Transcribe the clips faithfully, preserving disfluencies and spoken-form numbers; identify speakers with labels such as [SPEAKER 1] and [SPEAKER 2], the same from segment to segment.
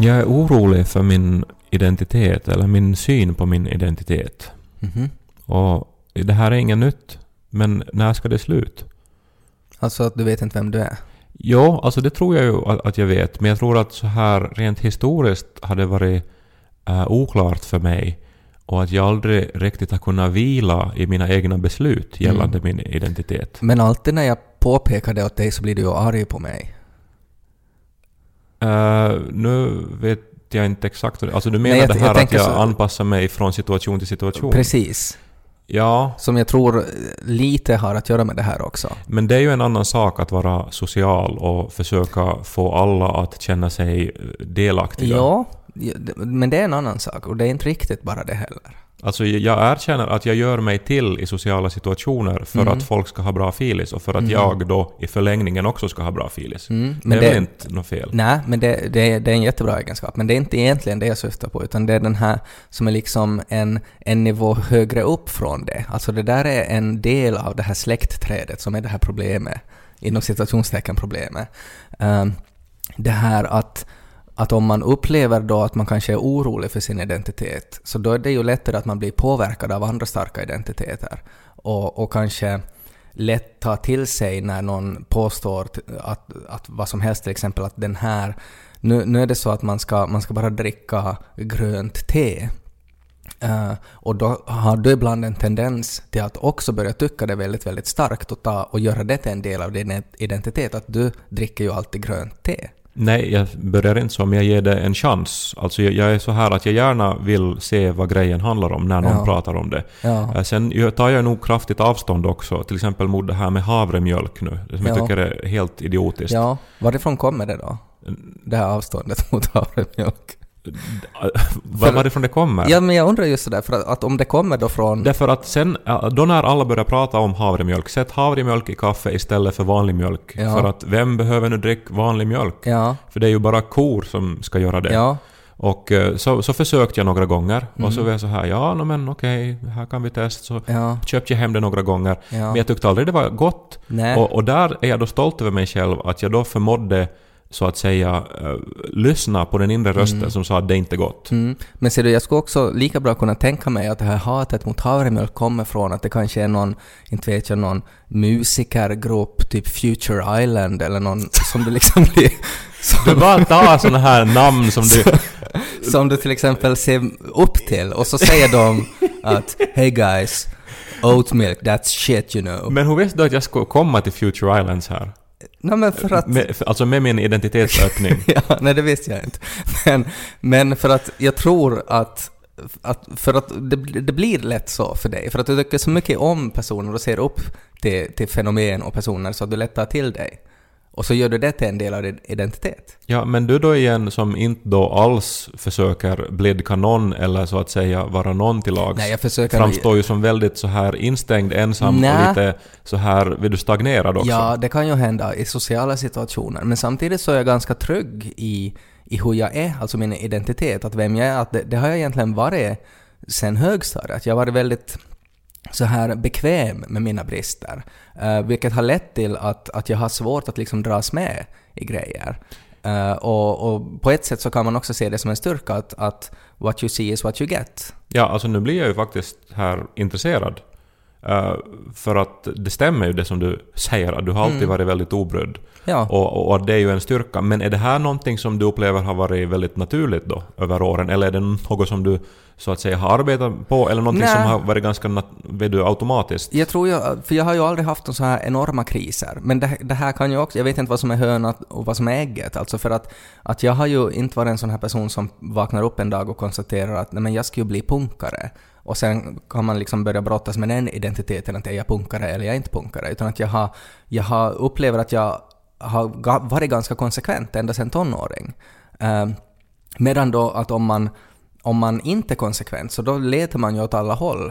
[SPEAKER 1] Jag är orolig för min identitet eller min syn på min identitet.
[SPEAKER 2] Mm-hmm.
[SPEAKER 1] Och det här är inget nytt, men när ska det slut?
[SPEAKER 2] Alltså att du vet inte vem du är?
[SPEAKER 1] Jo, alltså det tror jag ju att jag vet, men jag tror att så här rent historiskt har det varit äh, oklart för mig och att jag aldrig riktigt har kunnat vila i mina egna beslut gällande mm. min identitet.
[SPEAKER 2] Men alltid när jag påpekar det åt dig så blir du ju arg på mig.
[SPEAKER 1] Uh, nu vet jag inte exakt. Alltså du menar Nej, jag, det här jag att jag så... anpassar mig från situation till situation?
[SPEAKER 2] Precis.
[SPEAKER 1] Ja.
[SPEAKER 2] Som jag tror lite har att göra med det här också.
[SPEAKER 1] Men det är ju en annan sak att vara social och försöka få alla att känna sig delaktiga.
[SPEAKER 2] Ja, men det är en annan sak och det är inte riktigt bara det heller.
[SPEAKER 1] Alltså jag erkänner att jag gör mig till i sociala situationer för mm. att folk ska ha bra filis och för att mm. jag då i förlängningen också ska ha bra filis. Mm. Men det är det, väl inte något fel?
[SPEAKER 2] Nej, men det, det, det är en jättebra egenskap. Men det är inte egentligen det jag syftar på, utan det är den här som är liksom en, en nivå högre upp från det. Alltså det där är en del av det här släktträdet som är det här problemet, inom situationstecken problemet. Um, det här att att om man upplever då att man kanske är orolig för sin identitet, så då är det ju lättare att man blir påverkad av andra starka identiteter och, och kanske lätt ta till sig när någon påstår att, att vad som helst, till exempel att den här, nu, nu är det så att man ska, man ska bara dricka grönt te. Uh, och då har du ibland en tendens till att också börja tycka det väldigt, väldigt starkt och, ta, och göra det till en del av din identitet, att du dricker ju alltid grönt te.
[SPEAKER 1] Nej, jag börjar inte så, men jag ger det en chans. Alltså jag, jag är så här att jag gärna vill se vad grejen handlar om när någon ja. pratar om det. Ja. Sen tar jag nog kraftigt avstånd också, till exempel mot det här med havremjölk nu, som ja. jag tycker är helt idiotiskt.
[SPEAKER 2] Ja, varifrån kommer det då? Det här avståndet mot havremjölk?
[SPEAKER 1] Vad var det från det kommer?
[SPEAKER 2] Ja, men jag undrar just det där, för att, att om det kommer då från...
[SPEAKER 1] Därför att sen, då när alla börjar prata om havremjölk, sätt havremjölk i kaffe istället för vanlig mjölk. Ja. För att vem behöver nu dricka vanlig mjölk? Ja. För det är ju bara kor som ska göra det. Ja. Och så, så försökte jag några gånger. Mm. Och så var jag så här, ja no, men okej, här kan vi testa. Så ja. köpte jag hem det några gånger. Ja. Men jag tyckte aldrig det var gott. Och, och där är jag då stolt över mig själv, att jag då förmådde så att säga uh, lyssna på den inre rösten mm. som sa att det inte är gott.
[SPEAKER 2] Mm. Men ser du, jag skulle också lika bra kunna tänka mig att det här hatet mot havremjölk kommer från att det kanske är någon, inte vet jag, någon musikergrupp, typ Future Island eller någon som du liksom blir...
[SPEAKER 1] Som, du bara tar såna här namn som du...
[SPEAKER 2] som du till exempel ser upp till och så säger de att hey guys, oat milk, that's shit, you know.
[SPEAKER 1] Men hur visste du att jag skulle komma till Future Islands här?
[SPEAKER 2] Nej, men för att...
[SPEAKER 1] med, för, alltså med min identitetsökning.
[SPEAKER 2] ja, nej det visste jag inte. Men, men för att jag tror att, att för att det, det blir lätt så för dig. För att du tycker så mycket om personer och ser upp till, till fenomen och personer så att du lättar till dig. Och så gör du det till en del av din identitet.
[SPEAKER 1] Ja, men du då igen som inte då alls försöker blidka någon eller så att säga vara någon till lags.
[SPEAKER 2] Nej, jag försöker...
[SPEAKER 1] Framstår ju som väldigt så här instängd, ensam Nej. och lite så här, vill du stagnerad också?
[SPEAKER 2] Ja, det kan ju hända i sociala situationer. Men samtidigt så är jag ganska trygg i, i hur jag är, alltså min identitet. Att vem jag är, att det, det har jag egentligen varit sen högstadiet. Att jag har varit väldigt... så här bekväm med mina brister. Uh, vilket har lett till att, att jag har svårt att liksom dras med i grejer. Uh, och, och på ett sätt så kan man också se det som en styrka att, att what you see is what you get.
[SPEAKER 1] Ja, alltså nu blir jag ju faktiskt här intresserad. Uh, för att det stämmer ju det som du säger, att du har alltid mm. varit väldigt obrydd. Ja. Och, och det är ju en styrka. Men är det här någonting som du upplever har varit väldigt naturligt då över åren? Eller är det något som du så att säga har arbetat på? Eller någonting Nej. som har varit ganska nat- vet du, automatiskt?
[SPEAKER 2] Jag tror ju, för jag har ju aldrig haft så här enorma kriser. Men det, det här kan ju också, jag vet inte vad som är hönan och vad som är ägget. Alltså för att, att jag har ju inte varit en sån här person som vaknar upp en dag och konstaterar att nej, men jag ska ju bli punkare. Och sen kan man liksom börja brottas med den identiteten att är jag punkare eller jag är inte punkare. Utan att jag har, jag har upplever att jag har varit ganska konsekvent ända sedan tonåring. Uh, medan då att om man, om man inte är konsekvent så då letar man ju åt alla håll.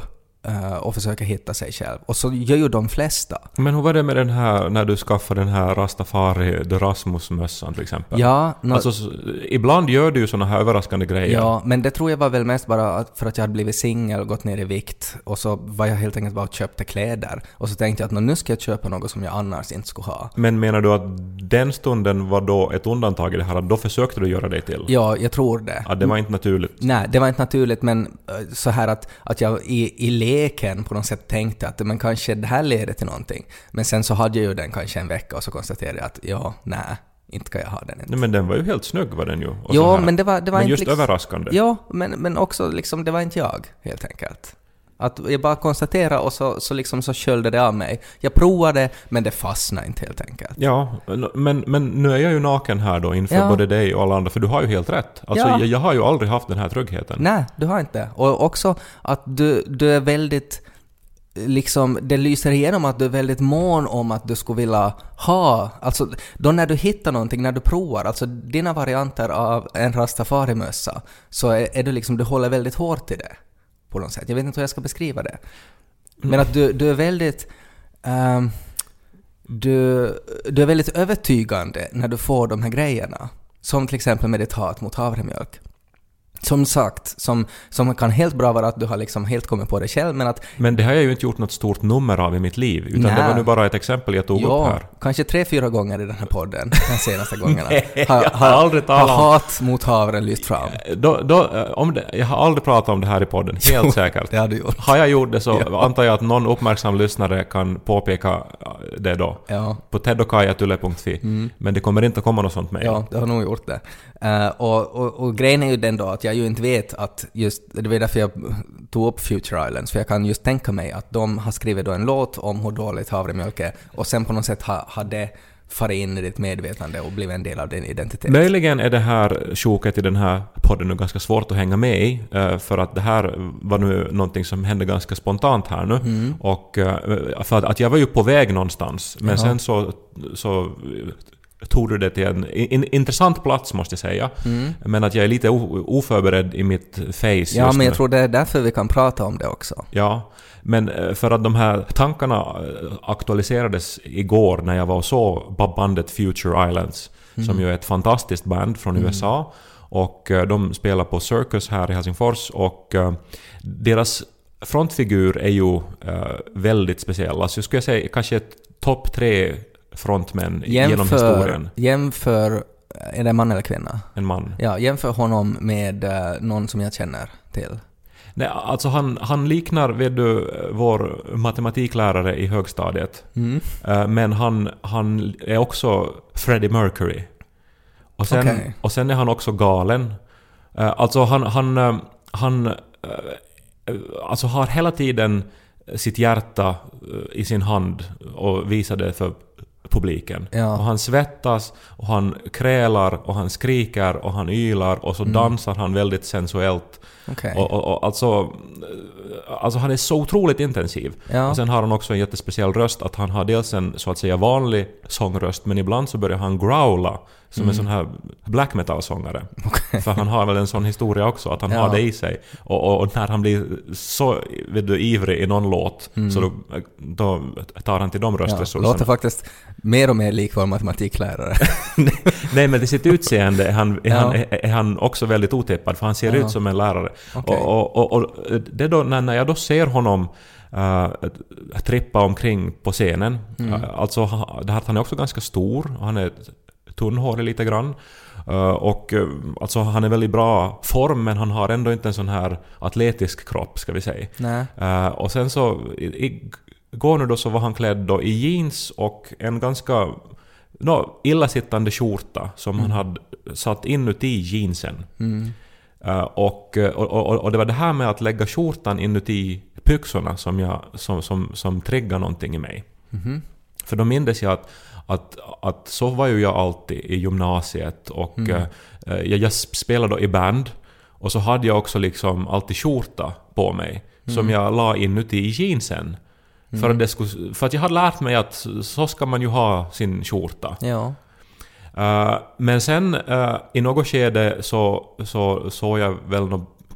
[SPEAKER 2] uh, och försöker hitta sig själv. Och så gör ju de flesta.
[SPEAKER 1] Men hur var det med den här, när du skaffade den här Rastafari de Rasmus-mössan till exempel?
[SPEAKER 2] Ja, no,
[SPEAKER 1] alltså, så, ibland gör du ju såna här överraskande grejer.
[SPEAKER 2] Ja, men det tror jag var väl mest bara för att jag hade blivit singel och gått ner i vikt. Och så var jag helt enkelt bara och köpte kläder. Och så tänkte jag att nu ska jag köpa något som jag annars inte skulle ha.
[SPEAKER 1] Men menar du att den stunden var då ett undantag i det här? Att då försökte du göra det till?
[SPEAKER 2] Ja, jag tror det.
[SPEAKER 1] Ja, det var inte naturligt.
[SPEAKER 2] Nej, det var inte naturligt, men så här att, att jag i, i leken på något sätt tänkte att men kanske det här leder till någonting. Men sen så hade jag ju den kanske en vecka och så konstaterade jag att ja, nej, inte kan jag ha den. Inte.
[SPEAKER 1] Nej, men den var ju helt snygg var den ju. Och
[SPEAKER 2] ja, men det var, det var
[SPEAKER 1] men
[SPEAKER 2] inte...
[SPEAKER 1] just
[SPEAKER 2] liksom,
[SPEAKER 1] överraskande.
[SPEAKER 2] Ja, men, men också liksom, det var inte jag, helt enkelt. Att jag bara konstaterade och så, så, liksom, så sköljde det av mig. Jag provade, men det fastnade inte helt enkelt.
[SPEAKER 1] Ja, men, men nu är jag ju naken här då inför ja. både dig och alla andra, för du har ju helt rätt. Alltså, ja. jag, jag har ju aldrig haft den här tryggheten.
[SPEAKER 2] Nej, du har inte. Och också att du, du är väldigt... liksom, det lyser igenom att du är väldigt mån om att du skulle vilja ha, alltså då när du hittar någonting, när du provar, alltså dina varianter av en Rastafari-mössa, så är, är du liksom, du håller väldigt hårt i det på något sätt. Jag vet inte hur jag ska beskriva det. Men att du, du är väldigt um, du, du är väldigt övertygande när du får de här grejerna. Som till exempel med ditt hat mot havremjölk. Som sagt, som, som kan helt bra vara att du har liksom helt kommit på det själv, men att...
[SPEAKER 1] Men det har jag ju inte gjort något stort nummer av i mitt liv, utan Nä. det var nu bara ett exempel jag tog
[SPEAKER 2] ja,
[SPEAKER 1] upp här.
[SPEAKER 2] Kanske tre, fyra gånger i den här podden, de senaste gångerna.
[SPEAKER 1] Nej, har, jag har aldrig talat
[SPEAKER 2] har hat mot havren lyst fram.
[SPEAKER 1] Då, då, om det, jag har aldrig pratat om det här i podden, helt säkert.
[SPEAKER 2] Det har du gjort.
[SPEAKER 1] Har jag gjort det så ja. antar jag att någon uppmärksam lyssnare kan påpeka det då.
[SPEAKER 2] Ja.
[SPEAKER 1] På teddokajatule punkt fi. Mm. Men det kommer inte att komma något sånt med.
[SPEAKER 2] Ja, det har nog gjort det. Uh, och, och, och grejen är ju den då att jag ju inte vet att just, det var därför jag tog upp Future Islands, för jag kan just tänka mig att de har skrivit då en låt om hur dåligt havremjölk är och sen på något sätt har, har det farit in i ditt medvetande och blivit en del av din identitet.
[SPEAKER 1] Möjligen är det här sjoket i den här podden nu ganska svårt att hänga med i, för att det här var nu någonting som hände ganska spontant här nu. Mm. Och för att, att jag var ju på väg någonstans, men Jaha. sen så, så tog du det till en in, intressant plats måste jag säga. Mm. Men att jag är lite o, oförberedd i mitt face.
[SPEAKER 2] Ja, men jag nu. tror det är därför vi kan prata om det också.
[SPEAKER 1] Ja, men för att de här tankarna aktualiserades igår när jag var och såg bandet Future Islands, mm. som ju är ett fantastiskt band från mm. U S A. Och de spelar på Circus här i Helsingfors, och deras frontfigur är ju väldigt speciell. Alltså jag skulle säga kanske ett topp tre frontmän jämför, genom historien.
[SPEAKER 2] Jämför, är det en man eller kvinna?
[SPEAKER 1] En man.
[SPEAKER 2] Ja, jämför honom med uh, någon som jag känner till.
[SPEAKER 1] Nej, alltså han, han liknar, vet du, vår matematiklärare i högstadiet. Mm. Uh, men han, han är också Freddie Mercury. Och sen, okay. och sen är han också galen. Uh, alltså han, han, uh, han uh, alltså har hela tiden sitt hjärta uh, i sin hand och visar det för publiken. Ja. Och han svettas och han krälar och han skriker och han ylar och så mm. dansar han väldigt sensuellt. Okay. Och, och, och alltså, alltså han är så otroligt intensiv. Ja. Och sen har han också en jättespeciell röst, att han har dels en så att säga vanlig sångröst, men ibland så börjar han growla som mm. en sån här black metal-sångare. Okay. För han har väl en sån historia också, att han ja. har det i sig. Och, och, och när han blir så vet du, ivrig i någon låt mm. så då, då tar han till de röstresurserna.
[SPEAKER 2] Ja, låter faktiskt mer och mer lik vår matematiklärare.
[SPEAKER 1] Nej, men till sitt utseende är han, är, ja. han, är, är han också väldigt otippad, för han ser ja. ut som en lärare. Okay. Och, och, och det då, när, när jag då ser honom uh, trippa omkring på scenen, mm. uh, alltså det här, han är också ganska stor, och han är tunnhårig lite grann. Uh, och uh, alltså han är väldigt bra form, men han har ändå inte en sån här atletisk kropp, ska vi säga. Uh, och sen så i, i, går nu då så var han klädd då i jeans och en ganska no, illasittande skjorta som mm. han hade satt inuti jeansen. Mm. Uh, och, och, och, och det var det här med att lägga skjortan inuti pyxorna som, jag, som, som, som triggar någonting i mig. Mm. För då mindes jag att, att, att så var ju jag alltid i gymnasiet, och mm. uh, jag, jag spelade då i band, och så hade jag också liksom alltid skjorta på mig mm. som jag la inuti jeansen. Mm. För, att det skulle, för att jag hade lärt mig att så ska man ju ha sin skjorta.
[SPEAKER 2] Ja.
[SPEAKER 1] Uh, men sen uh, i något skede så så såg jag väl några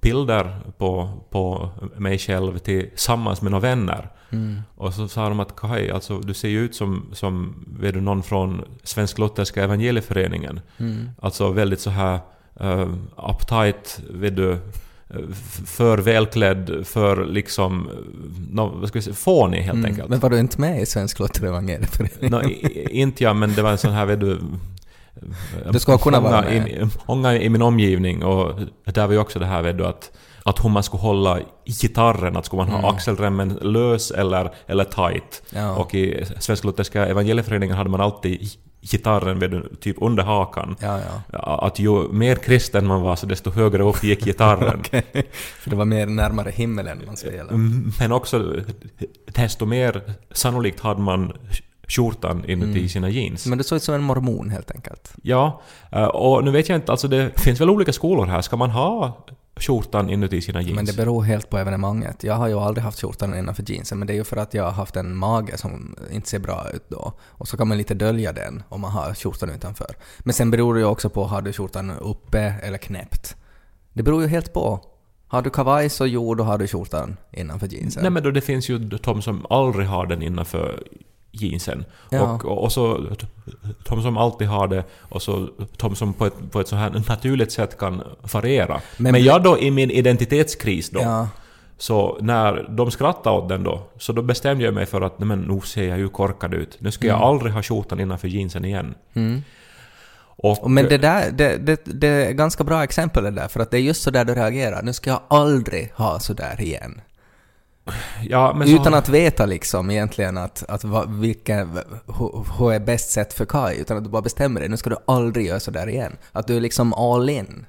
[SPEAKER 1] bilder på, på mig själv tillsammans med några vänner. Mm. Och så sa de att Kai, alltså, du ser ju ut som, som vet du, någon från Svensk Lutherska Evangelieföreningen. Mm. Alltså väldigt så här uh, uptight, vet du, för välklädd, för liksom no, vad ska vi säga, fånig helt mm. enkelt.
[SPEAKER 2] Men var du inte med i Svensk Lutherska Evangelieföreningen?
[SPEAKER 1] No, inte jag, men det var en sån här, vet du,
[SPEAKER 2] du ska kunna vara med.
[SPEAKER 1] I, många i min omgivning, och där var ju också det här, vet du, att att hur man skulle hålla gitarren, att skulle man ha mm. axelremmen lös eller, eller tight. Ja. Och i Svensk Lutherska Evangelieföreningen hade man alltid gitarren vid, typ under hakan.
[SPEAKER 2] Ja, ja.
[SPEAKER 1] Att ju mer kristen man var, så desto högre upp gick gitarren.
[SPEAKER 2] Okay. För det var mer närmare himmelen man spelade.
[SPEAKER 1] Men också desto mer sannolikt hade man skjortan inuti mm. sina jeans.
[SPEAKER 2] Men det såg ut som en mormon helt enkelt.
[SPEAKER 1] Ja, och nu vet jag inte, alltså det finns väl olika skolor här. Ska man ha skjortan inuti sina jeans?
[SPEAKER 2] Men det beror helt på evenemanget. Jag har ju aldrig haft skjortan innanför jeansen, men det är ju för att jag har haft en mage som inte ser bra ut då. Och så kan man lite dölja den om man har skjortan utanför. Men sen beror det ju också på, har du skjortan uppe eller knäppt? Det beror ju helt på. Har du kavaj så jo, då har du skjortan innanför jeansen.
[SPEAKER 1] Nej, men då det finns ju de som aldrig har den innanför jeansen. Ja. Och, och, och så de som alltid har det, och så de som på ett, på ett så här naturligt sätt kan variera. Men, men jag då i min identitetskris då, ja. Så när de skrattade åt den då, så då bestämde jag mig för att nej, men nu ser jag ju korkad ut. Nu ska mm. jag aldrig ha skjortan innanför jeansen igen.
[SPEAKER 2] Mm. Och, men det där det, det, det är ganska bra exempel det där, för att det är just så där du reagerar. Nu ska jag aldrig ha så där igen.
[SPEAKER 1] Ja, men
[SPEAKER 2] utan
[SPEAKER 1] så...
[SPEAKER 2] att veta liksom egentligen att, att vilken, hur är bäst sätt för Kai, utan att du bara bestämmer dig. Nu ska du aldrig göra så där igen. Att du är liksom all in.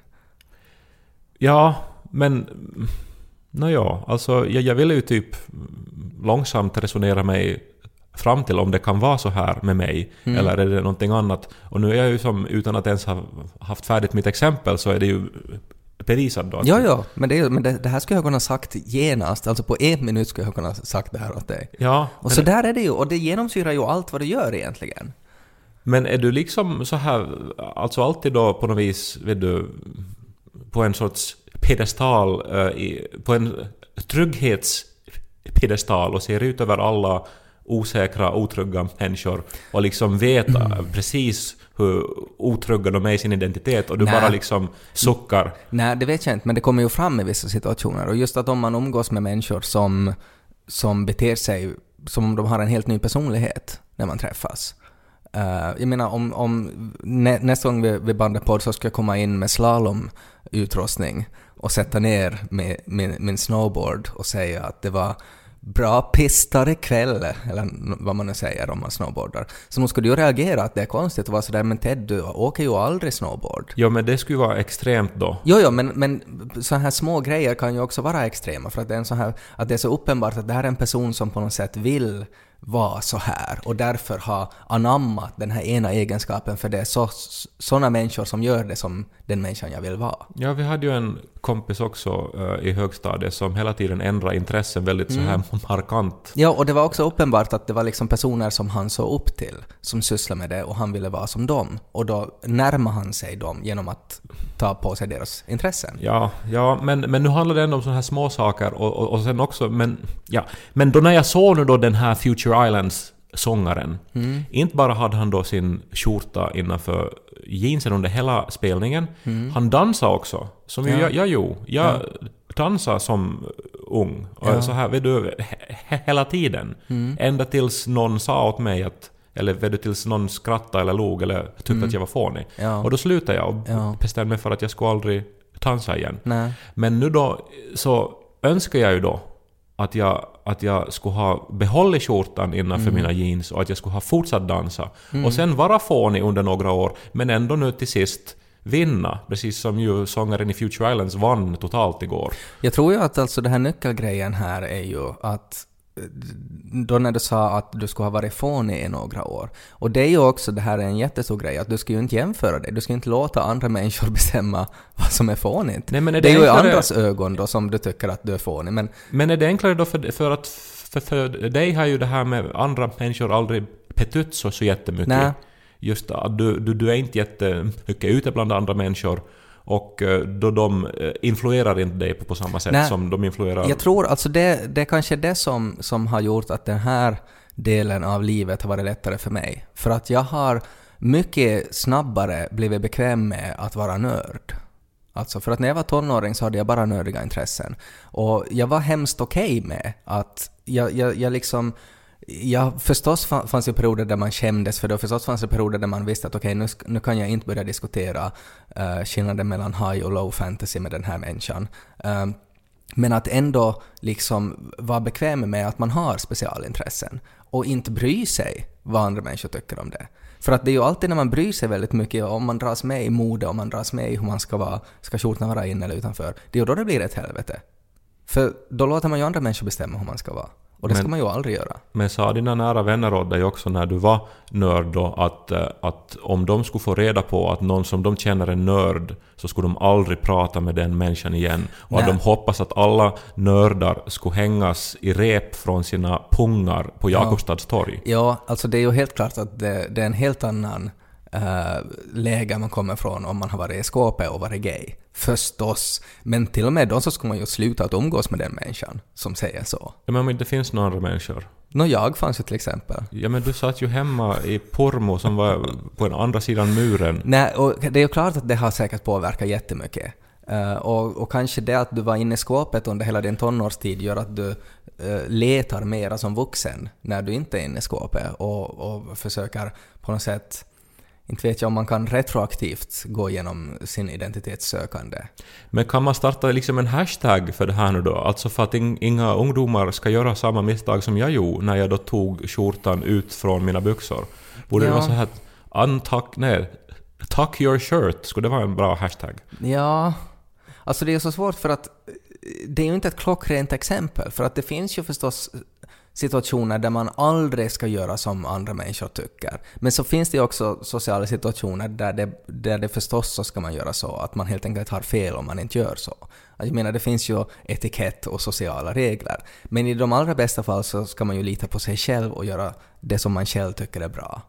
[SPEAKER 1] Ja, men no, ja, alltså jag, jag vill ju typ långsamt resonera mig fram till om det kan vara så här med mig mm. eller är det någonting annat. Och nu är jag ju som, utan att ens ha haft färdigt mitt exempel, så är det ju bevisad då.
[SPEAKER 2] Ja, ja, men, det, men det, det här skulle jag kunna sagt genast. Alltså på en minut skulle jag kunna sagt det här åt dig.
[SPEAKER 1] Ja.
[SPEAKER 2] Och så där är det ju, och det genomsyrar ju allt vad du gör egentligen.
[SPEAKER 1] Men är du liksom så här, alltså alltid då på något vis, vet du, på en sorts pedestal, uh, i, på en trygghetspedestal och ser ut över alla osäkra, otrygga människor och liksom vet mm. precis hur otrygga de är i sin identitet, och du Nä. bara liksom suckar.
[SPEAKER 2] Nej, det vet jag inte, men det kommer ju fram i vissa situationer. Och just att om man umgås med människor som, som beter sig som om de har en helt ny personlighet när man träffas. Uh, jag menar, om, om nä, nästa gång vi, vi bandar på så ska jag komma in med slalomutrustning och sätta ner med min, min snowboard och säga att det var bra pistar ikväll, eller vad man nu säger om man snowboardar. Så nu skulle du ju reagera att det är konstigt och vara sådär, men Ted, du åker ju aldrig snowboard.
[SPEAKER 1] Ja, men det skulle vara extremt då.
[SPEAKER 2] Jo, jo, men, men så här små grejer kan ju också vara extrema, för att det är en så här, att det är så uppenbart att det här är en person som på något sätt vill vara så här och därför har anammat den här ena egenskapen, för det är så, såna människor som gör det som den människan jag vill vara.
[SPEAKER 1] Ja, vi hade ju en kompis också uh, i högstadiet som hela tiden ändrar intressen väldigt mm. så här markant.
[SPEAKER 2] Ja, och det var också uppenbart att det var liksom personer som han såg upp till som sysslar med det, och han ville vara som dem, och då närmar han sig dem genom att ta på sig deras intressen.
[SPEAKER 1] Ja, ja, men, men nu handlar det ändå om såna här små saker, och, och, och sen också, men ja, men då när jag såg nu då den här Future Islands sångaren, mm. inte bara hade han då sin skjorta innanför jeansen under hela spelningen, mm. han dansade också, som ja. jag, jag gjorde. Jag ja. dansade som ung, och ja. så här, vet du, he- hela tiden. Mm. Ända tills någon sa åt mig att, eller vet du, tills någon skrattade eller log eller tyckte mm. att jag var fånig. Ja. Och då slutade jag och ja. bestämde mig för att jag skulle aldrig dansa igen.
[SPEAKER 2] Nej.
[SPEAKER 1] Men nu då så önskar jag ju då att jag, att jag skulle ha behållit skjortan innanför mm. mina jeans, och att jag skulle ha fortsatt dansa. Mm. Och sen vara fånig under några år, men ändå nu till sist vinna, precis som ju sångaren i Future Islands vann totalt igår.
[SPEAKER 2] Jag tror ju att alltså det här nyckelgrejen här är ju att då när du sa att du skulle ha varit fånig i några år. Och det är ju också, det här är en jättestor grej, att du ska ju inte jämföra det. Du ska inte låta andra människor bestämma vad som är fånigt. Nej, men är det, det är ju i andras ögon då som du tycker att du är fånig. Men,
[SPEAKER 1] men är det enklare då för, för att för, för dig har ju det här med andra människor aldrig betytt så, så jättemycket.
[SPEAKER 2] Nej.
[SPEAKER 1] Just att du, du, du är inte jättemycket ute bland andra människor. och då de influerar inte dig på, på samma sätt Nej, som de influerar.
[SPEAKER 2] Jag tror alltså det, det är kanske det som, som har gjort att den här delen av livet har varit lättare för mig. För att jag har mycket snabbare blivit bekväm med att vara nörd. Alltså för att när jag var tonåring så hade jag bara nördiga intressen. Och jag var hemskt okej okay med att jag, jag, jag liksom... Ja, förstås fanns det perioder där man kändes för det, och förstås fanns det perioder där man visste att okej, okay, nu, nu kan jag inte börja diskutera uh, skillnaden mellan high och low fantasy med den här människan. Uh, men att ändå liksom vara bekväm med att man har specialintressen och inte bry sig vad andra människor tycker om det. För att det är ju alltid när man bryr sig väldigt mycket om man dras med i mode, om man dras med i hur man ska vara, ska skjortan vara in eller utanför, det är ju då det blir ett helvete. För då låter man ju andra människor bestämma hur man ska vara. Och det ska men, man ju aldrig göra.
[SPEAKER 1] Men sa dina nära vänner åt dig också när du var nörd då, att, att om de skulle få reda på att någon som de känner är nörd, så skulle de aldrig prata med den människan igen. Och Nej. Att de hoppas att alla nördar skulle hängas i rep från sina pungar på Jakobstads torg.
[SPEAKER 2] Ja, alltså det är ju helt klart att det, det är en helt annan Uh, läge man kommer från om man har varit i skåpet och varit gay. Förstås. Men till och med då så ska man ju sluta att umgås med den människan som säger så.
[SPEAKER 1] Ja, men om det inte finns några andra människor.
[SPEAKER 2] Nå, jag fanns ju till exempel.
[SPEAKER 1] Ja, men du satt ju hemma i Pormo som var på den andra sidan muren.
[SPEAKER 2] Nej, och det är ju klart att det har säkert påverkat jättemycket. Uh, och, och kanske det att du var inne i skåpet under hela din tonårstid gör att du uh, letar mera som vuxen när du inte är inne i skåpet och, och försöker på något sätt. Inte vet jag om man kan retroaktivt gå igenom sin identitetssökande.
[SPEAKER 1] Men kan man starta liksom en hashtag för det här nu då? Alltså för att inga ungdomar ska göra samma misstag som jag gjorde när jag då tog skjortan ut från mina byxor. Borde ja. Det vara så här untuck, nej, tuck your shirt, skulle det vara en bra hashtag?
[SPEAKER 2] Ja, alltså det är så svårt för att det är ju inte ett klockrent exempel. För att det finns ju förstås situationer där man aldrig ska göra som andra människor tycker. Men så finns det också sociala situationer där det, där det förstås så ska man göra så. Att man helt enkelt har fel om man inte gör så. Jag menar, det finns ju etikett och sociala regler. Men i de allra bästa fall så ska man ju lita på sig själv och göra det som man själv tycker är bra.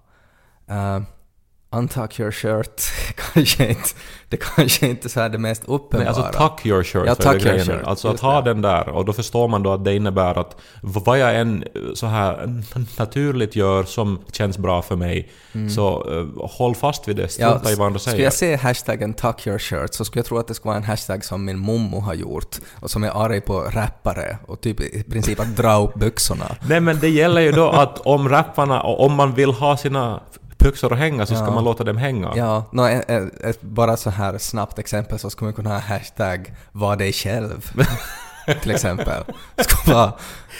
[SPEAKER 2] Uh, Untuck your shirt kanske inte, det kanske inte så här det mest uppenbara.
[SPEAKER 1] Nej, alltså tuck your shirt.
[SPEAKER 2] Ja, tuck your shirt.
[SPEAKER 1] Alltså att ha den där, och då förstår man då att det innebär att vad jag än så här naturligt gör som känns bra för mig, mm. så uh, håll fast vid det, strunta ja, i vad andra säger.
[SPEAKER 2] Skulle jag se hashtaggen tuck your shirt så skulle jag tro att det skulle vara en hashtag som min mommo har gjort och som är arg på rappare och typ i princip att dra upp byxorna.
[SPEAKER 1] Nej, men det gäller ju då att om rapparna, och om man vill ha sina byxor att hänga så ska ja. Man låta dem hänga.
[SPEAKER 2] Ja, no, ett, ett, bara så här snabbt exempel så skulle man kunna ha hashtag var dig själv till exempel. Vara...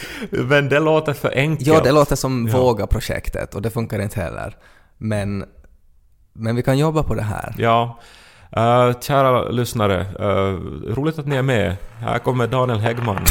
[SPEAKER 1] Men det låter för enkelt.
[SPEAKER 2] Ja, det låter som ja. Våga-projektet och det funkar inte heller. Men, men vi kan jobba på det här.
[SPEAKER 1] Ja, uh, kära lyssnare, uh, roligt att ni är med. Här kommer Daniel Häggman.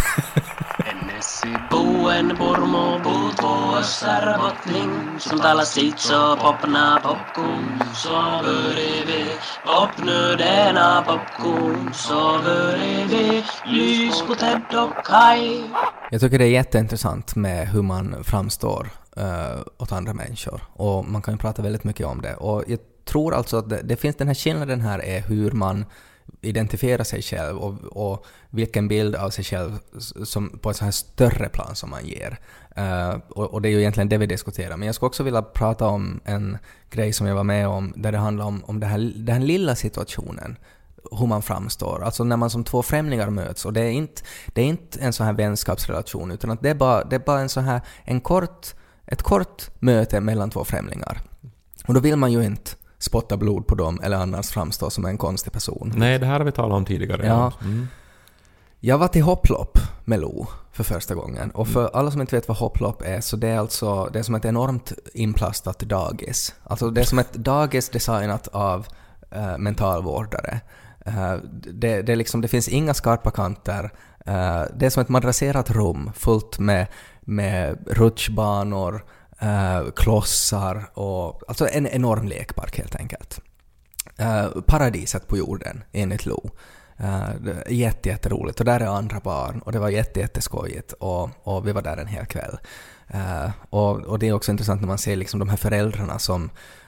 [SPEAKER 3] Buen Pormo puutuossa bottling, som talar sitt så popna popcorn, så bredvid popnöderna popcorn, så bredvid lys på Ted och Kai.
[SPEAKER 2] Jag tycker det är jätteintressant med hur man framstår uh, åt andra människor, och man kan ju prata väldigt mycket om det, och jag tror alltså att det, det finns den här skillnaden här är hur man identifiera sig själv och, och vilken bild av sig själv som, på ett så här större plan som man ger. Uh, och, och det är ju egentligen det vi diskuterar. Men jag skulle också vilja prata om en grej som jag var med om där det handlar om, om det här, den här lilla situationen. Hur man framstår. Alltså när man som två främlingar möts. Och det är inte, det är inte en sån här vänskapsrelation, utan att det är bara, det är bara en så här, en kort, ett kort möte mellan två främlingar. Och då vill man ju inte spotta blod på dem eller annars framstå som en konstig person.
[SPEAKER 1] Nej, det här har vi talat om tidigare.
[SPEAKER 2] Ja. Mm. Jag var till hopplopp med Lo för första gången. Och för alla som inte vet vad hopplopp är, så det är alltså det är som ett enormt inplastat dagis. Alltså det är som ett dagis designat av uh, mentalvårdare. Uh, det, det, är liksom, det finns inga skarpa kanter. Uh, det är som ett madrasserat rum fullt med, med rutschbanor, Uh, klossar och alltså en enorm lekpark helt enkelt. Uh, paradiset på jorden enligt Lo. Uh, jätte, jätteroligt, och där är andra barn och det var jätte, jätteskojigt och, och vi var där en hel kväll. Uh, och, och det är också intressant när man ser liksom de här föräldrarna som,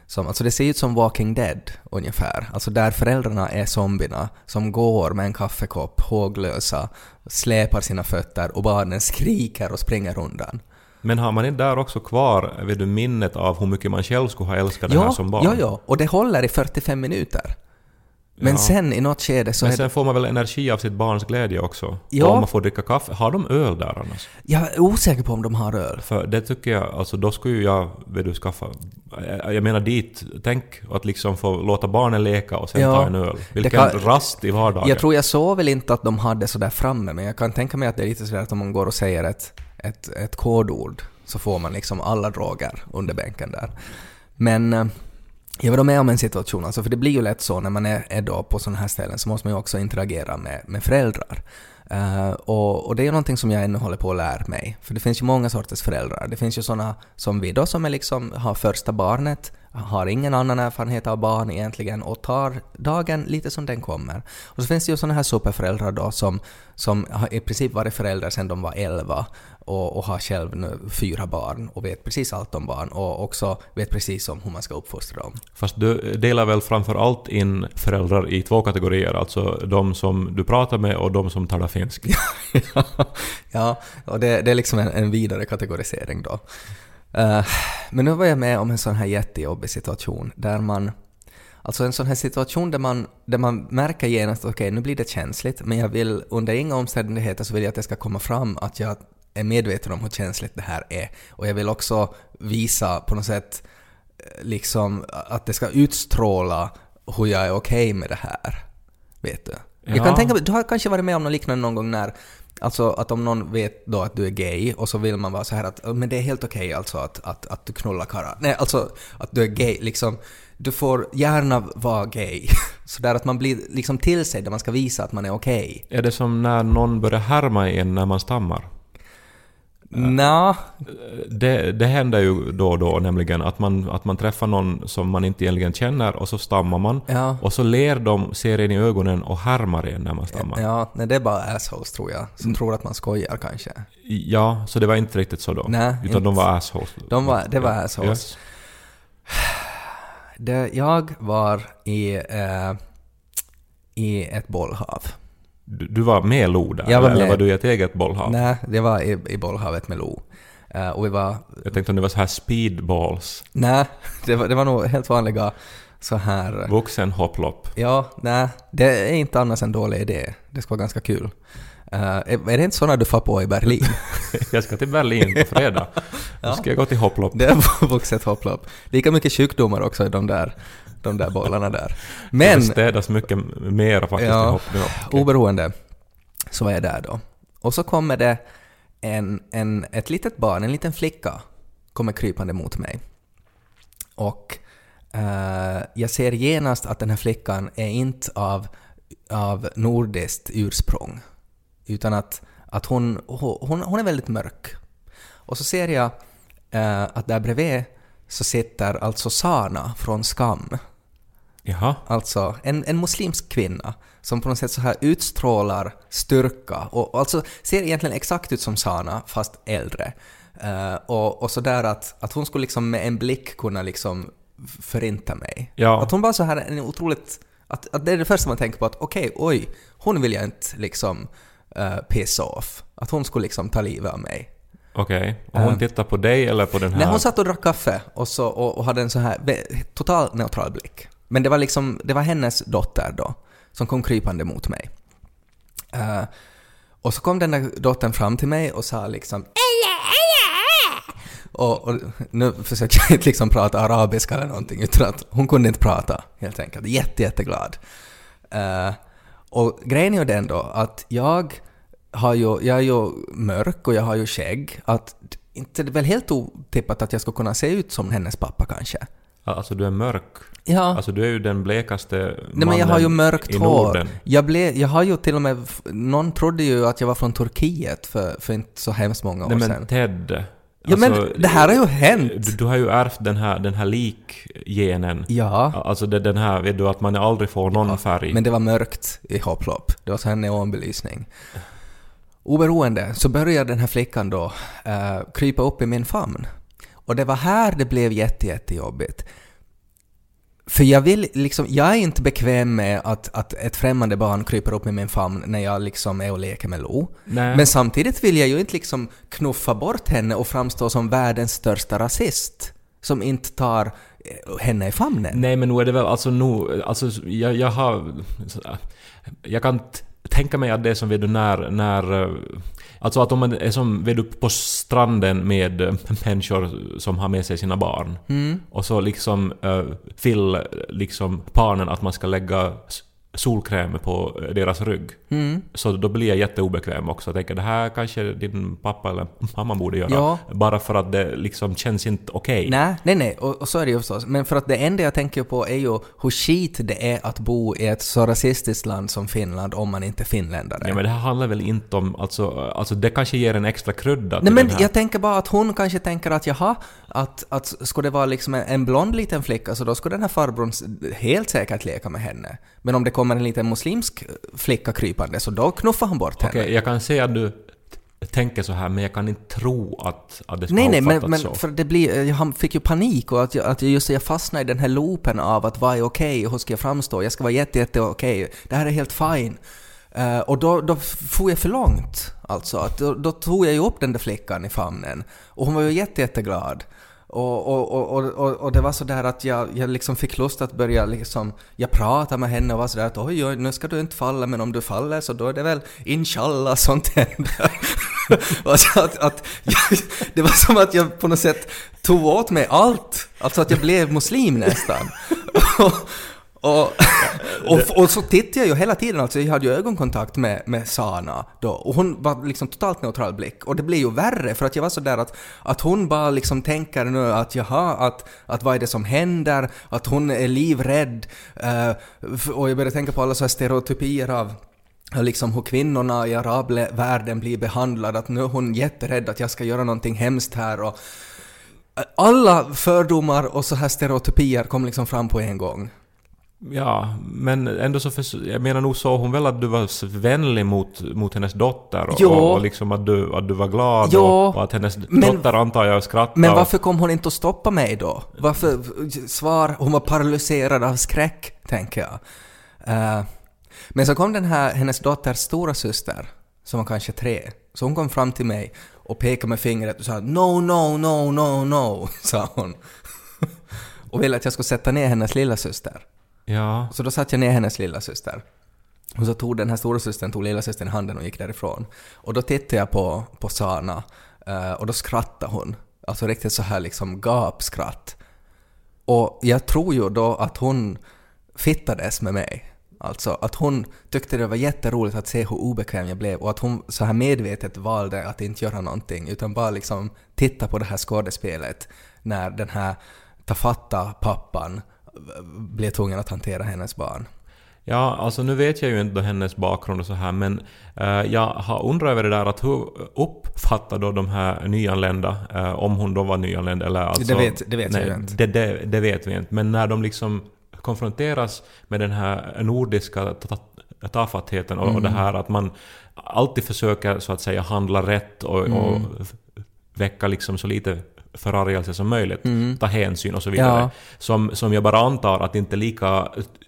[SPEAKER 2] som, alltså det ser ut som Walking Dead ungefär. Alltså där föräldrarna är zombierna som går med en kaffekopp, håglösa, släpar sina fötter och barnen skriker och springer undan.
[SPEAKER 1] Men har man inte där också kvar vid minnet av hur mycket man själv skulle ha älskat
[SPEAKER 2] ja,
[SPEAKER 1] det här som barn?
[SPEAKER 2] Ja, ja, och det håller i fyrtiofem minuter. Men ja. sen i något skede så...
[SPEAKER 1] Men
[SPEAKER 2] är
[SPEAKER 1] sen
[SPEAKER 2] det...
[SPEAKER 1] får man väl energi av sitt barns glädje också?
[SPEAKER 2] Ja.
[SPEAKER 1] Om man får dricka kaffe. Har de öl där annars?
[SPEAKER 2] Jag är osäker på om de har öl.
[SPEAKER 1] För det tycker jag, alltså då skulle ju jag, vill du skaffa... Jag menar dit, tänk att liksom få låta barnen leka och sen ja. ta en öl. Vilken kan... rast i vardagen.
[SPEAKER 2] Jag tror jag så väl inte att de hade så där framme, men jag kan tänka mig att det är lite sådär att om man går och säger ett, ett, ett kodord så får man liksom alla droger under bänken där. Men... Jag var med om en situation, alltså, för det blir ju lätt så när man är, är då på sådana här ställen så måste man ju också interagera med, med föräldrar. Uh, och, och det är ju någonting som jag ännu håller på att lära mig. För det finns ju många sorters föräldrar. Det finns ju sådana som vi då som är liksom, har första barnet, har ingen annan erfarenhet av barn egentligen och tar dagen lite som den kommer. Och så finns det ju sådana här superföräldrar då som, som har i princip varit föräldrar sedan de var elva och, och har själv nu fyra barn och vet precis allt om barn och också vet precis om hur man ska uppfostra dem.
[SPEAKER 1] Fast du delar väl framför allt in föräldrar i två kategorier, alltså de som du pratar med och de som talar finsk.
[SPEAKER 2] ja, ja, och det, det är liksom en, en vidare kategorisering då. Uh, men nu var jag med om en sån här jättejobbig situation där man, alltså en sån här situation där man, där man märker genast okej, okay, nu blir det känsligt, men jag vill under inga omständigheter så vill jag att det ska komma fram att jag är medveten om hur känsligt det här är, och jag vill också visa på något sätt liksom att det ska utstråla hur jag är okej okay med det här, vet du. Ja. Jag kan tänka, du har kanske varit med om något liknande någon gång när, alltså att om någon vet då att du är gay och så vill man vara så här att men det är helt okej okay alltså att, att, att du knullar karlar. Nej, alltså att du är gay, liksom du får gärna vara gay. Så där att man blir liksom till sig där man ska visa att man är okej. Okay.
[SPEAKER 1] Är det som när någon börjar härma en när man stammar?
[SPEAKER 2] Nå.
[SPEAKER 1] Det, det händer ju då och då nämligen att man, att man träffar någon som man inte egentligen känner och så stammar man
[SPEAKER 2] ja.
[SPEAKER 1] och så ler de, ser en i ögonen och härmar en när man stammar.
[SPEAKER 2] Ja, nej, det är bara assholes tror jag som mm. tror att man skojar kanske.
[SPEAKER 1] Ja, så det var inte riktigt så då.
[SPEAKER 2] Nej,
[SPEAKER 1] utan
[SPEAKER 2] inte.
[SPEAKER 1] de var assholes.
[SPEAKER 2] De var, det var assholes.
[SPEAKER 1] Yes.
[SPEAKER 2] Det, jag var i, eh, i ett bollhav.
[SPEAKER 1] Du, du var med Lo där?
[SPEAKER 2] Jag var
[SPEAKER 1] eller
[SPEAKER 2] med.
[SPEAKER 1] var du i ett eget bollhav?
[SPEAKER 2] Nej, det var i, i bollhavet med Lo. Uh, och vi var...
[SPEAKER 1] Jag tänkte om det var så här speedballs.
[SPEAKER 2] Nej, det var, det var nog helt vanliga så här...
[SPEAKER 1] Vuxen hopplopp.
[SPEAKER 2] Ja, nej, det är inte annars en dålig idé. Det ska vara ganska kul. Uh, är, är det inte sådana du får på i Berlin?
[SPEAKER 1] Jag ska till Berlin på fredag. Då ja. ska jag gå till hopplopp.
[SPEAKER 2] Det är vuxet hopplopp. Lika mycket sjukdomar också i de där... de där bollarna där. Men
[SPEAKER 1] det städas mycket mer faktiskt
[SPEAKER 2] ja,
[SPEAKER 1] i hopp.
[SPEAKER 2] Okay. Oberoende så var jag där då. Och så kommer det en, en, ett litet barn, en liten flicka kommer krypande mot mig. Och uh, jag ser genast att den här flickan är inte av, av nordiskt ursprung. Utan att, att hon, hon, hon är väldigt mörk. Och så ser jag uh, att där bredvid så sitter alltså Sana från Skam.
[SPEAKER 1] Jaha.
[SPEAKER 2] Alltså en, en muslimsk kvinna som på något sätt så här utstrålar styrka och, och alltså ser egentligen exakt ut som Sana fast äldre. Uh, och, och så där att, att hon skulle liksom med en blick kunna liksom förinta mig.
[SPEAKER 1] Ja.
[SPEAKER 2] Att hon bara så här en otroligt... Att, att det är det första man tänker på att okej, okay, oj, hon vill jag inte liksom uh, piss off. Att hon skulle liksom ta livet av mig.
[SPEAKER 1] Okej, okay. Och hon um, tittar på dig eller på den här?
[SPEAKER 2] Nej, hon satt och drack kaffe och, så, och, och hade en så här total neutral blick. Men det var liksom, det var hennes dotter då som kom krypande mot mig. Uh, och så kom den där dottern fram till mig och sa liksom och, och nu försöker jag inte liksom prata arabiska eller någonting utan att hon kunde inte prata helt enkelt. Jätte, jätteglad. Uh, och grejen är ju den då att jag har ju, jag är ju mörk och jag har ju skägg. Att inte det är väl helt otippat att jag ska kunna se ut som hennes pappa kanske.
[SPEAKER 1] Alltså du är mörk.
[SPEAKER 2] Ja.
[SPEAKER 1] Alltså du är ju den blekaste mannen.
[SPEAKER 2] Nej, men jag har ju mörkt
[SPEAKER 1] i
[SPEAKER 2] hår.
[SPEAKER 1] Norden.
[SPEAKER 2] Jag, ble, jag har ju till och med... Någon trodde ju att jag var från Turkiet för, för inte så hemskt många år
[SPEAKER 1] Nej,
[SPEAKER 2] sedan.
[SPEAKER 1] men Ted...
[SPEAKER 2] Ja,
[SPEAKER 1] alltså,
[SPEAKER 2] men det här har ju hänt.
[SPEAKER 1] Du, du har ju ärvt den här, den här likgenen.
[SPEAKER 2] Ja.
[SPEAKER 1] Alltså det, den här, vet du, att man aldrig får någon ja, färg.
[SPEAKER 2] Men det var mörkt i hopplopp. Det var så här neonbelysning. Oberoende så började den här flickan då uh, krypa upp i min famn. Och det var här det blev jätte, jättejobbigt. För jag vill liksom, jag är inte bekväm med att, att ett främmande barn kryper upp i min famn när jag liksom är och leker med Lo.
[SPEAKER 1] Nej.
[SPEAKER 2] Men samtidigt vill jag ju inte liksom knuffa bort henne och framstå som världens största rasist som inte tar henne i famnen.
[SPEAKER 1] Nej, men nu är det väl alltså nu, alltså jag, jag har jag kan t- tänka mig att det är som vet du när när alltså att om man är som vet du på stranden med människor som har med sig sina barn
[SPEAKER 2] mm.
[SPEAKER 1] och så liksom uh, vill liksom barnen att man ska lägga solkräm på deras rygg.
[SPEAKER 2] Mm.
[SPEAKER 1] Så då blir jag jätteobekväm också. Jag tänker, det här kanske din pappa eller mamma borde göra.
[SPEAKER 2] Ja.
[SPEAKER 1] Bara för att det liksom känns inte okej. Okay.
[SPEAKER 2] Nej, nej, nej. Och, och så är det ju förstås. Men för att det enda jag tänker på är ju hur skit det är att bo i ett så rasistiskt land som Finland om man inte är finländare.
[SPEAKER 1] Ja, men det här handlar väl inte om... Alltså, alltså det kanske ger en extra krydda.
[SPEAKER 2] Nej, men
[SPEAKER 1] den här.
[SPEAKER 2] jag tänker bara att hon kanske tänker att jaha, att, att skulle det vara liksom en, en blond liten flicka så då skulle den här farbrorn helt säkert leka med henne. Men om det kommer en liten muslimsk flicka krypande så då knuffar han bort henne.
[SPEAKER 1] Okej, okay, jag kan säga att du tänker så här, men jag kan inte tro att, att det ska
[SPEAKER 2] nej,
[SPEAKER 1] ha
[SPEAKER 2] nej,
[SPEAKER 1] uppfattats
[SPEAKER 2] men, men
[SPEAKER 1] så.
[SPEAKER 2] För det blir, han fick ju panik och att jag, att jag just jag fastnade i den här loopen av att vad är okej och hur ska jag framstå? Jag ska vara jätte, jätte okej. Det här är helt fine. Uh, och då, då får jag för långt. Alltså, att då, då tog jag ju upp den där flickan i famnen. Och hon var ju jätte, jätteglad. Och, och, och, och, och det var så där att jag, jag liksom fick lust att börja liksom, jag pratade med henne och var så där att oj, oj, nu ska du inte falla, men om du faller så då är det väl inshallah sånt händer. Alltså att, att jag, det var som att jag på något sätt tog åt mig allt. Alltså att jag blev muslim nästan. och, och, och, och så tittade jag ju hela tiden, alltså jag hade ju ögonkontakt med, med Sana då, och hon var liksom totalt neutral blick, och det blev ju värre för att jag var så där att, att hon bara liksom tänker nu att jaha, att, att vad är det som händer, att hon är livrädd, uh, och jag började tänka på alla så här stereotypier av liksom hur kvinnorna i arabvärlden blir behandlade, att nu är hon jätterädd att jag ska göra någonting hemskt här, och alla fördomar och så här stereotypier kom liksom fram på en gång.
[SPEAKER 1] Ja, men ändå så för, jag menar nog så hon väl att du var vänlig mot, mot hennes dotter och, och, och liksom att du, att du var glad och, och att hennes men, dotter antar jag skrattade.
[SPEAKER 2] Men varför kom hon inte att stoppa mig då? Varför svar, hon var paralyserad av skräck, tänker jag. Uh, men så kom den här, hennes dotters stora syster som var kanske tre. Så hon kom fram till mig och pekade med fingret och sa no, no, no, no, no, sa hon. Och ville att jag skulle sätta ner hennes lilla syster.
[SPEAKER 1] Ja.
[SPEAKER 2] Så då satt jag ner hennes lilla syster. Och så tog den här stora systern tog lilla systern i handen och gick därifrån. Och då tittade jag på, på Sana uh, och då skrattade hon. Alltså riktigt så här liksom gapskratt. Och jag tror ju då att hon fittades med mig. Alltså att hon tyckte det var jätteroligt att se hur obekväm jag blev och att hon så här medvetet valde att inte göra någonting utan bara liksom titta på det här skådespelet när den här tafatta pappan blev tvungen att hantera hennes barn.
[SPEAKER 1] Ja, alltså nu vet jag ju inte hennes bakgrund och så här, men uh, jag har undrat över det där att hur uppfattar då de här nyanlända, uh, om hon då var nyanländ eller alltså...
[SPEAKER 2] Det vet, det vet
[SPEAKER 1] nej,
[SPEAKER 2] jag inte.
[SPEAKER 1] Det, det, det vet vi inte, men när de liksom konfronteras med den här nordiska tafattheten och, mm. och det här att man alltid försöker så att säga handla rätt och, mm. och väcka liksom så lite förargelse som möjligt, mm. ta hänsyn och så vidare. Ja. Som, som jag bara antar att det inte är lika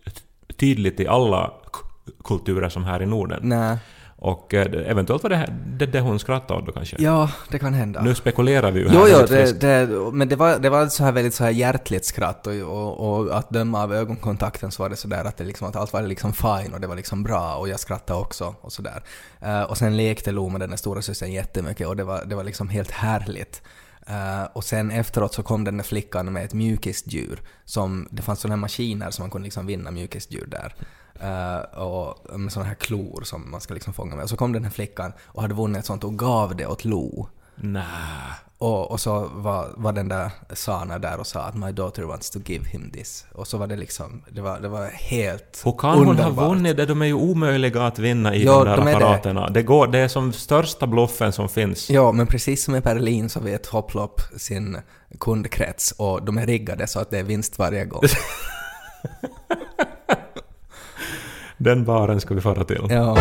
[SPEAKER 1] tydligt i alla k- kulturer som här i Norden.
[SPEAKER 2] Nej.
[SPEAKER 1] Och eh, eventuellt var det, här, det det hon skrattade åt då kanske.
[SPEAKER 2] Ja, det kan hända.
[SPEAKER 1] Nu spekulerar vi ju
[SPEAKER 2] här. Jo, jo,
[SPEAKER 1] det,
[SPEAKER 2] det, men det var, det var så här väldigt så här hjärtligt skratt och, och, och att döma av ögonkontakten så var det så där att, det liksom, att allt var liksom fine och det var liksom bra och jag skrattade också och så där. Uh, och sen lekte Lo med den stora systern jättemycket och det var, det var liksom helt härligt. Uh, och sen efteråt så kom den där flickan med ett mjukisdjur som det fanns sådana här maskiner som man kunde liksom vinna mjukisdjur där. Uh, och med sådana här klor som man ska liksom fånga med. Och så kom den här flickan och hade vunnit ett sånt och gav det åt Lo.
[SPEAKER 1] Nej.
[SPEAKER 2] Och, och så var, var den där Sana där och sa att my daughter wants to give him this. Och så var det liksom, det var, det var helt
[SPEAKER 1] och kan
[SPEAKER 2] underbart.
[SPEAKER 1] Hon ha vunnit det? De är ju omöjliga att vinna i ja, de där de apparaterna. Det. Det, går, det är som största bluffen som finns.
[SPEAKER 2] Ja, men precis som i Berlin så vet Hopplopp sin kundkrets och de är riggade så att det är vinst varje gång.
[SPEAKER 1] Den baren ska vi föra till.
[SPEAKER 2] Ja.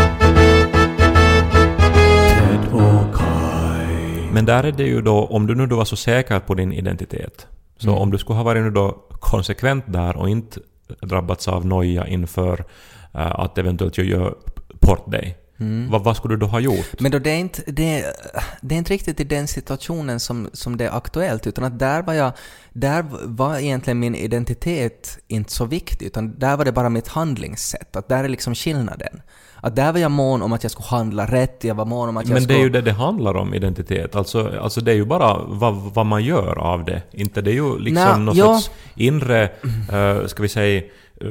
[SPEAKER 1] Men där är det ju då, om du nu då var så säker på din identitet, så mm. om du skulle ha varit nu då konsekvent där och inte drabbats av noja inför uh, att eventuellt göra bort dig. Mm. Vad, vad skulle du då ha gjort?
[SPEAKER 2] Men då det är inte, det, det är inte riktigt i den situationen som, som det är aktuellt, utan att där var jag, där var egentligen min identitet inte så viktig, utan där var det bara mitt handlingssätt. Att där är liksom skillnaden. Att där var jag mån om att jag skulle handla rätt, jag var mån om att jag
[SPEAKER 1] Men
[SPEAKER 2] skulle...
[SPEAKER 1] det är ju det det handlar om, identitet. Alltså, alltså det är ju bara vad, vad man gör av det. Inte det är ju liksom Nå, någon ja. sorts inre, uh, ska vi säga,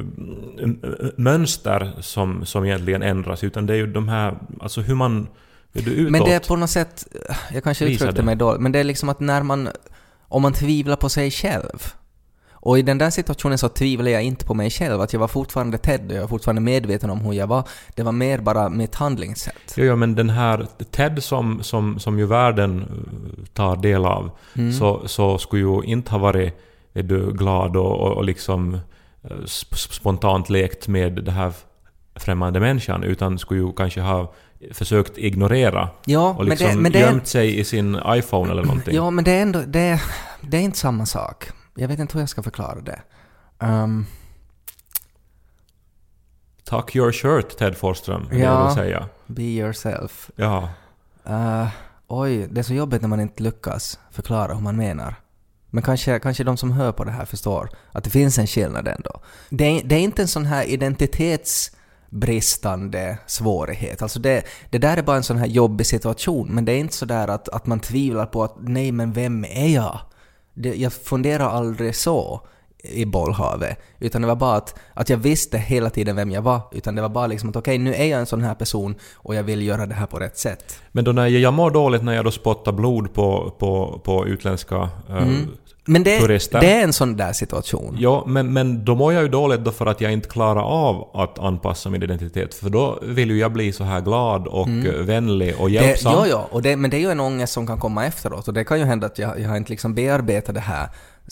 [SPEAKER 1] mönster som, som egentligen ändras, utan det är ju de här, alltså hur man hur du utåt.
[SPEAKER 2] Men det är på något sätt, jag kanske uttryckte mig då, men det är liksom att när man, om man tvivlar på sig själv, och i den där situationen så tvivlar jag inte på mig själv, att jag var fortfarande Ted och jag var fortfarande medveten om hur jag var, det var mer bara mitt handlingssätt.
[SPEAKER 1] Jo, jo, men den här Ted som, som, som ju världen tar del av, mm. så, så skulle ju inte ha varit, är du glad och, och, och liksom spontant lekt med det här främmande människan, utan skulle ju kanske ha försökt ignorera
[SPEAKER 2] ja,
[SPEAKER 1] och liksom
[SPEAKER 2] men det, men det
[SPEAKER 1] gömt
[SPEAKER 2] är...
[SPEAKER 1] sig i sin iPhone eller någonting.
[SPEAKER 2] Ja, men det är ändå det, det är inte samma sak. Jag vet inte hur jag ska förklara det. Um...
[SPEAKER 1] Tuck your shirt, Ted Forsström,
[SPEAKER 2] ja,
[SPEAKER 1] jag vill säga.
[SPEAKER 2] Be yourself.
[SPEAKER 1] Ja.
[SPEAKER 2] Uh, oj, det är så jobbigt när man inte lyckas förklara hur man menar. Men kanske, kanske de som hör på det här förstår att det finns en skillnad ändå. Det är, det är inte en sån här identitetsbristande svårighet. Alltså det, det där är bara en sån här jobbig situation. Men det är inte så där att, att man tvivlar på att nej, men vem är jag? Det, jag funderar aldrig så i bollhavet. Utan det var bara att, att jag visste hela tiden vem jag var. Utan det var bara liksom att okej, okay, nu är jag en sån här person och jag vill göra det här på rätt sätt.
[SPEAKER 1] Men då när jag, jag mår dåligt när jag då spottar blod på, på, på utländska äh, mm.
[SPEAKER 2] men det,
[SPEAKER 1] turister.
[SPEAKER 2] Det är en sån där situation.
[SPEAKER 1] Ja, men, men då mår jag ju dåligt då för att jag inte klarar av att anpassa min identitet. För då vill ju jag bli så här glad och mm. vänlig och hjälpsam.
[SPEAKER 2] Det, ja, ja. Och det, men det är ju en ångest som kan komma efteråt. Och det kan ju hända att jag, jag har inte liksom bearbetat det här.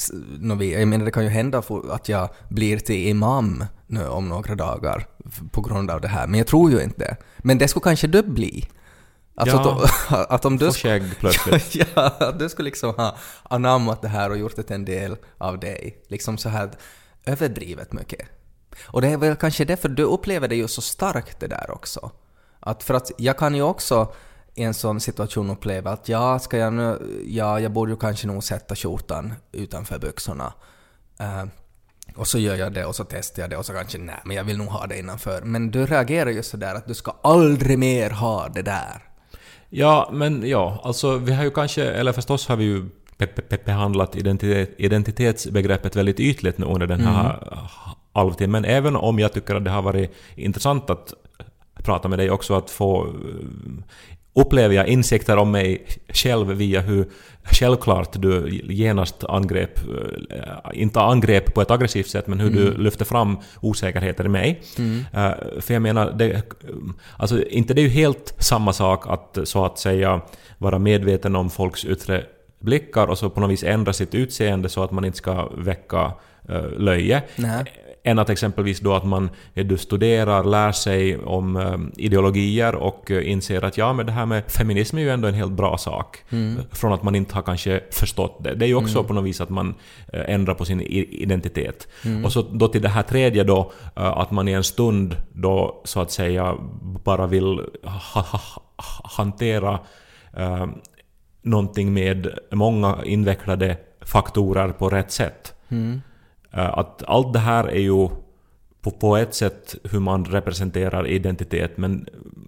[SPEAKER 2] Jag menar, det kan ju hända att jag blir till imam nu om några dagar på grund av det här. Men jag tror ju inte det. Men det skulle kanske du bli. Alltså
[SPEAKER 1] ja,
[SPEAKER 2] att, att om du
[SPEAKER 1] skägg plötsligt.
[SPEAKER 2] ja, att du skulle liksom ha anammat det här och gjort det till en del av dig. Liksom så här överdrivet mycket. Och det är väl kanske därför du upplever det ju så starkt det där också. Att för att jag kan ju också i en sån situation uppleva att ja, ska jag nu, ja, jag borde ju kanske nog sätta skjortan utanför byxorna. Uh, och så gör jag det och så testar jag det och så kanske nej, men jag vill nog ha det innanför. Men du reagerar ju så där att du ska aldrig mer ha det där.
[SPEAKER 1] Ja, men ja, alltså vi har ju kanske, eller förstås har vi ju behandlat identitet, identitetsbegreppet väldigt ytligt nu under den här mm. halvtimmen. Även om jag tycker att det har varit intressant att prata med dig också, att få upplever jag insikter om mig själv via hur självklart du genast angrep, inte angrep på ett aggressivt sätt, men hur mm. du lyfter fram osäkerheter i mig. Mm. Uh, för jag menar, det, alltså, inte det är ju helt samma sak att så att säga vara medveten om folks yttre blickar och så på något vis ändra sitt utseende så att man inte ska väcka uh, löje. Nej. Än att exempelvis då att man du studerar, lär sig om um, ideologier och uh, inser att ja, men det här med feminism är ju ändå en helt bra sak. Mm. Från att man inte har kanske förstått det. Det är ju också mm. på något vis att man uh, ändrar på sin identitet. Mm. Och så då till det här tredje då, uh, att man i en stund då så att säga bara vill ha, ha, hantera uh, någonting med många invecklade faktorer på rätt sätt. Mm. Att allt det här är ju på, på ett sätt hur man representerar identitet, men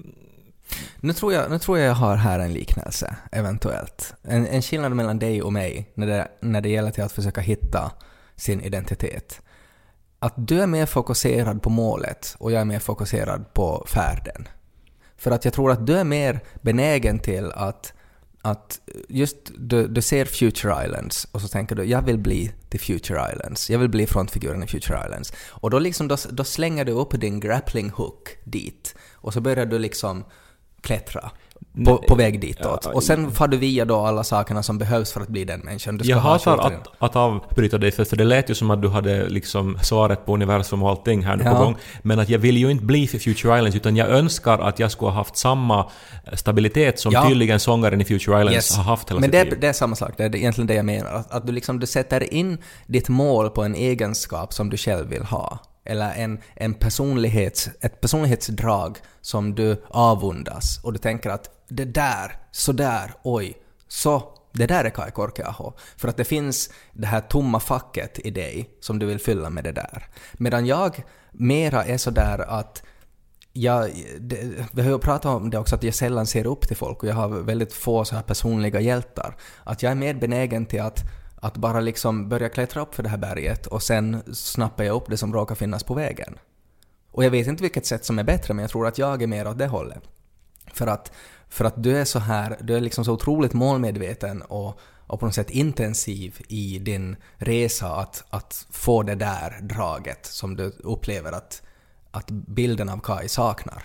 [SPEAKER 2] nu tror jag, nu tror jag jag har här en liknelse eventuellt. En, en skillnad mellan dig och mig när det, när det gäller till att försöka hitta sin identitet. Att du är mer fokuserad på målet och jag är mer fokuserad på färden. För att jag tror att du är mer benägen till att att just du, du ser Future Islands och så tänker du, jag vill bli till Future Islands. Jag vill bli frontfiguren i Future Islands. Och då, liksom, då, då slänger du upp din grappling hook dit. Och så börjar du liksom klättra på, på väg ditåt. Och sen får du via då alla sakerna som behövs för att bli den människan. Du ska
[SPEAKER 1] jag
[SPEAKER 2] ha
[SPEAKER 1] hatar att, att avbryta dig, för det lät ju som att du hade liksom svaret på universum och allting här nu ja. på gång. Men att jag vill ju inte bli för Future Islands, utan jag önskar att jag skulle ha haft samma stabilitet som ja. tydligen sångaren i Future Islands yes. har haft hela
[SPEAKER 2] Men
[SPEAKER 1] sitt
[SPEAKER 2] det,
[SPEAKER 1] liv.
[SPEAKER 2] det är samma sak, det är egentligen det jag menar. Att, att du, liksom, du sätter in ditt mål på en egenskap som du själv vill ha. eller en, en personlighets, ett personlighetsdrag som du avundas och du tänker att det där, så där, oj, så det där är Kai Korkeaho. För att det finns det här tomma facket i dig som du vill fylla med det där. Medan jag mera är så där att jag, det, vi har ju pratat om det också, att jag sällan ser upp till folk och jag har väldigt få så här personliga hjältar. Att jag är mer benägen till att, att bara liksom börja klättra upp för det här berget och sen snappar jag upp det som råkar finnas på vägen. Och jag vet inte vilket sätt som är bättre, men jag tror att jag är mer åt det hållet. För att, för att du är så här, du är liksom så otroligt målmedveten och, och på något sätt intensiv i din resa att, att få det där draget som du upplever att, att bilden av Kai saknar.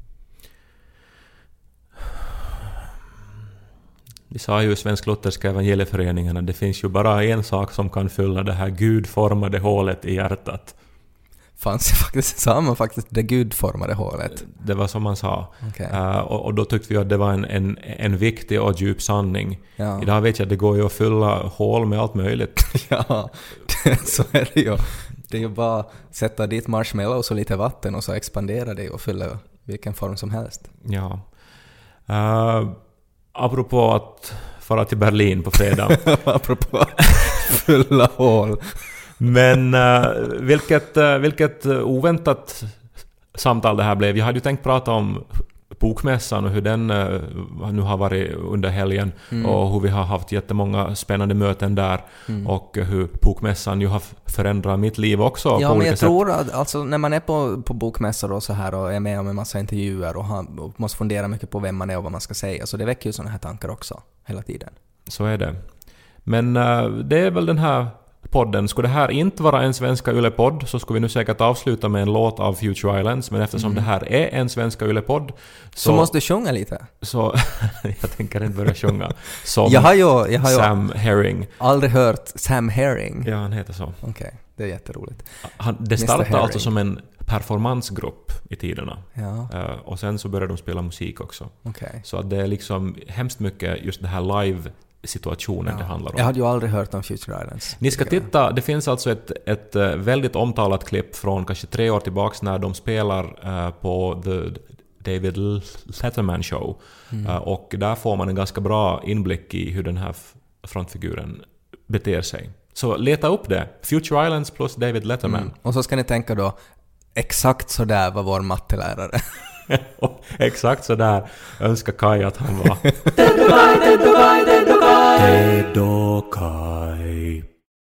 [SPEAKER 1] Vi sa ju i Svensk Lutherska evangelieföreningen att det finns ju bara en sak som kan fylla det här gudformade hålet i hjärtat.
[SPEAKER 2] Fanns det faktiskt, sa man faktiskt det gudformade hålet?
[SPEAKER 1] Det var som man sa.
[SPEAKER 2] Okay.
[SPEAKER 1] Uh, och, och då tyckte vi att det var en, en, en viktig och djup sanning.
[SPEAKER 2] Ja.
[SPEAKER 1] Idag vet jag att det går ju att fylla hål med allt möjligt.
[SPEAKER 2] Ja, det, så är det ju. Det är ju bara att sätta dit marshmallows och lite vatten och så expanderar det och fylla vilken form som helst.
[SPEAKER 1] Ja. Uh, apropå att fara till Berlin på fredag.
[SPEAKER 2] Apropå fylla hål.
[SPEAKER 1] Men uh, vilket, uh, vilket oväntat samtal det här blev. Jag hade ju tänkt prata om bokmässan och hur den uh, nu har varit under helgen mm. och hur vi har haft jättemånga spännande möten där mm. och hur bokmässan ju har förändrat mitt liv också.
[SPEAKER 2] Ja,
[SPEAKER 1] på
[SPEAKER 2] men
[SPEAKER 1] olika
[SPEAKER 2] jag
[SPEAKER 1] sätt.
[SPEAKER 2] tror att alltså, när man är på, på bokmässor och så här och är med om en massa intervjuer och, har, och måste fundera mycket på vem man är och vad man ska säga, så det väcker ju sådana här tankar också hela tiden.
[SPEAKER 1] Så är det. Men uh, det är väl den här podden. Skulle det här inte vara en svenska Yle-podd så skulle vi nu säkert avsluta med en låt av Future Islands, men eftersom mm. det här är en svenska Yle-podd så,
[SPEAKER 2] så måste du sjunga lite.
[SPEAKER 1] Så jag tänker inte börja sjunga som
[SPEAKER 2] jag har ju, jag har ju
[SPEAKER 1] Sam Herring.
[SPEAKER 2] Aldrig hört Sam Herring.
[SPEAKER 1] Ja, han heter så.
[SPEAKER 2] Okej, okay, det är jätteroligt.
[SPEAKER 1] Han, det startade alltså som en performansgrupp i tiderna.
[SPEAKER 2] Ja.
[SPEAKER 1] Uh, och sen så började de spela musik också.
[SPEAKER 2] Okay.
[SPEAKER 1] Så att det är liksom hemskt mycket just det här live situationen ja. det handlar om.
[SPEAKER 2] Jag hade ju aldrig hört om Future Islands.
[SPEAKER 1] Ni ska titta, det finns alltså ett, ett väldigt omtalat klipp från kanske tre år tillbaks när de spelar uh, på The David Letterman Show. Mm. Uh, och där får man en ganska bra inblick i hur den här frontfiguren beter sig. Så leta upp det. Future Islands plus David Letterman. Mm.
[SPEAKER 2] Och så ska ni tänka då, exakt så där var vår mattelärare.
[SPEAKER 1] Exakt så där önskar Kai att han var.
[SPEAKER 3] Dedo Kai, Dedo Kai, Dedo Kai.
[SPEAKER 1] Dedo Kai.